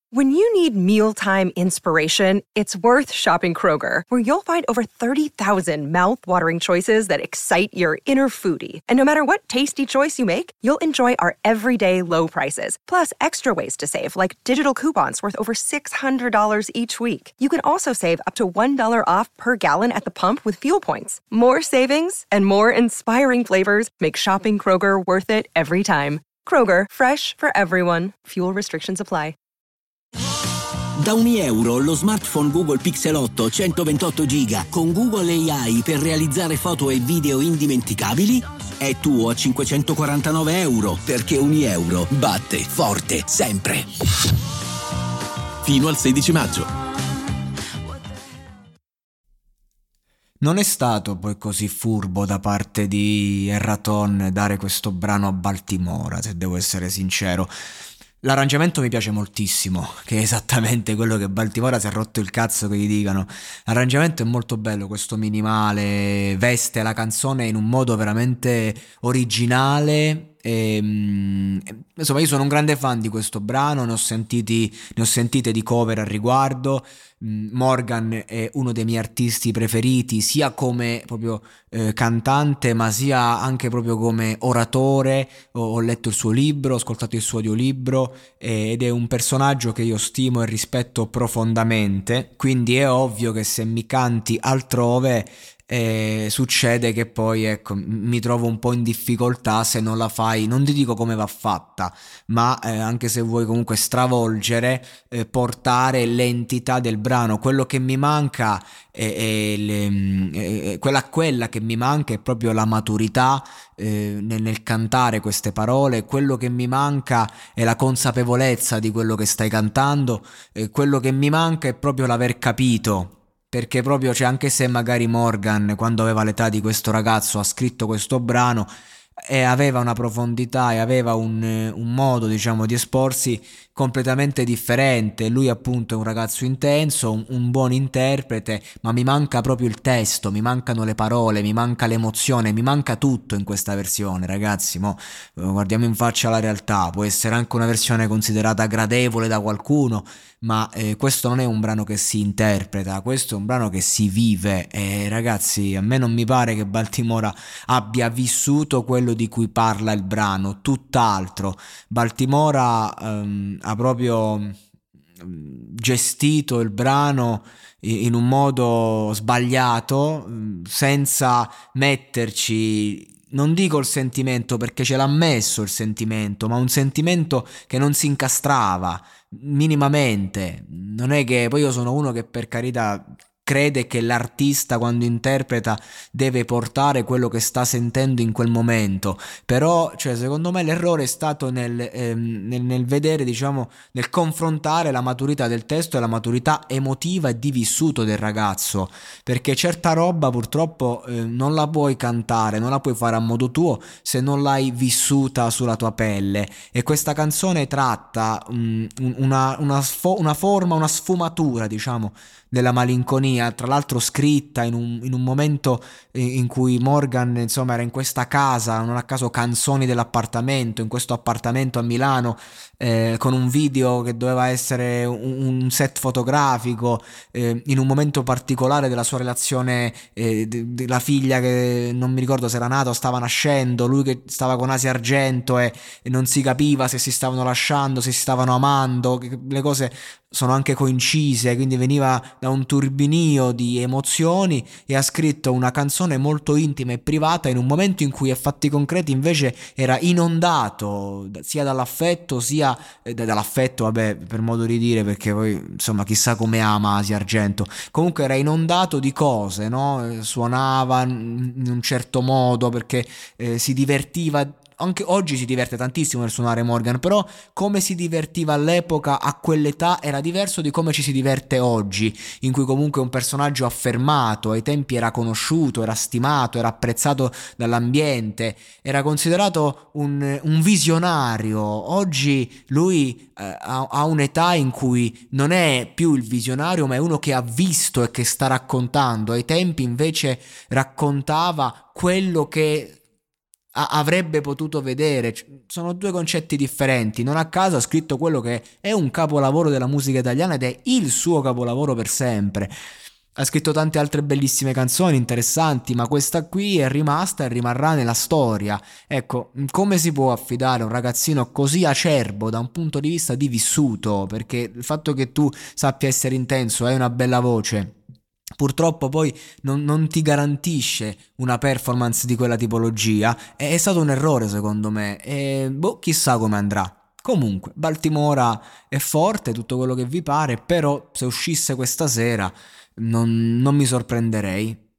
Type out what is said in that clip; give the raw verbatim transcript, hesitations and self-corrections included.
When you need mealtime inspiration, it's worth shopping Kroger, where you'll find over thirty thousand mouth-watering choices that excite your inner foodie. And no matter what tasty choice you make, you'll enjoy our everyday low prices, plus extra ways to save, like digital coupons worth over six hundred dollars each week. You can also save up to one dollar off per gallon at the pump with fuel points. More savings and more inspiring flavors make shopping Kroger worth it every time. Kroger, fresh for everyone. Fuel restrictions apply. Da ogni euro lo smartphone Google Pixel otto centoventotto giga con Google A I per realizzare foto e video indimenticabili è tuo a cinquecentoquarantanove euro, perché ogni euro batte forte sempre. Fino al sedici maggio. Non è stato poi così furbo da parte di Erraton dare questo brano a Baltimora, se devo essere sincero. L'arrangiamento mi piace moltissimo, che è esattamente quello che Baltimora si è rotto il cazzo che gli dicano. L'arrangiamento è molto bello, questo minimale, veste la canzone in un modo veramente originale. E, insomma, io sono un grande fan di questo brano, ne ho sentiti, ne ho sentite di cover al riguardo. Morgan è uno dei miei artisti preferiti, sia come proprio eh, cantante, ma sia anche proprio come oratore. Ho, ho letto il suo libro, ho ascoltato il suo audiolibro eh, ed è un personaggio che io stimo e rispetto profondamente, quindi è ovvio che se mi canti altrove Eh, succede che poi ecco mi trovo un po' in difficoltà se non la fai, non ti dico come va fatta, ma eh, anche se vuoi comunque stravolgere, eh, portare l'entità del brano. Quello che mi manca è, è, le, è quella, quella che mi manca è proprio la maturità eh, nel, nel cantare queste parole. Quello che mi manca è la consapevolezza di quello che stai cantando, eh, quello che mi manca è proprio l'aver capito. Perché proprio, cioè, anche se magari Morgan, quando aveva l'età di questo ragazzo, ha scritto questo brano e aveva una profondità e aveva un, un modo, diciamo, di esporsi completamente differente. Lui appunto è un ragazzo intenso, un, un buon interprete, ma mi manca proprio il testo, mi mancano le parole, mi manca l'emozione, mi manca tutto in questa versione, ragazzi. Mo guardiamo in faccia la realtà, può essere anche una versione considerata gradevole da qualcuno, ma eh, questo non è un brano che si interpreta, questo è un brano che si vive. E ragazzi, a me non mi pare che Baltimora abbia vissuto quello di cui parla il brano, tutt'altro. Baltimora ehm, ha proprio gestito il brano in un modo sbagliato, senza metterci, non dico il sentimento perché ce l'ha messo il sentimento, ma un sentimento che non si incastrava minimamente. Non è che poi io sono uno che, per carità, crede che l'artista quando interpreta deve portare quello che sta sentendo in quel momento, però cioè secondo me l'errore è stato nel, ehm, nel, nel vedere, diciamo, nel confrontare la maturità del testo e la maturità emotiva e di vissuto del ragazzo, perché certa roba purtroppo eh, non la puoi cantare, non la puoi fare a modo tuo se non l'hai vissuta sulla tua pelle. E questa canzone tratta um, una, una, sfo- una forma, una sfumatura, diciamo, della malinconia, tra l'altro scritta in un, in un momento in cui Morgan, insomma, era in questa casa, non a caso Canzoni dell'appartamento, in questo appartamento a Milano, eh, con un video che doveva essere un, un set fotografico, eh, in un momento particolare della sua relazione, eh, della figlia che non mi ricordo se era nata o stava nascendo, lui che stava con Asia Argento e, e non si capiva se si stavano lasciando, se si stavano amando, che le cose sono anche coincise, quindi veniva da un turbinio di emozioni, e ha scritto una canzone molto intima e privata in un momento in cui a fatti concreti invece era inondato sia dall'affetto sia eh, dall'affetto, vabbè, per modo di dire, perché poi insomma chissà come ama Asia Argento, comunque era inondato di cose, no? Suonava in un certo modo perché eh, si divertiva. Anche oggi si diverte tantissimo nel suonare Morgan, però come si divertiva all'epoca, a quell'età, era diverso di come ci si diverte oggi, in cui comunque un personaggio affermato, ai tempi era conosciuto, era stimato, era apprezzato dall'ambiente, era considerato un, un visionario. Oggi lui eh, ha, ha un'età in cui non è più il visionario, ma è uno che ha visto e che sta raccontando. Ai tempi invece raccontava quello che a- avrebbe potuto vedere. C- Sono due concetti differenti. Non a caso ha scritto quello che è un capolavoro della musica italiana ed è il suo capolavoro per sempre. Ha scritto tante altre bellissime canzoni interessanti, ma questa qui è rimasta e rimarrà nella storia. Ecco, come si può affidare un ragazzino così acerbo da un punto di vista di vissuto? Perché il fatto che tu sappia essere intenso, hai una bella voce, purtroppo poi non, non ti garantisce una performance di quella tipologia. È, è stato un errore secondo me e boh, chissà come andrà. Comunque, Baltimora è forte, tutto quello che vi pare, però se uscisse questa sera non, non mi sorprenderei.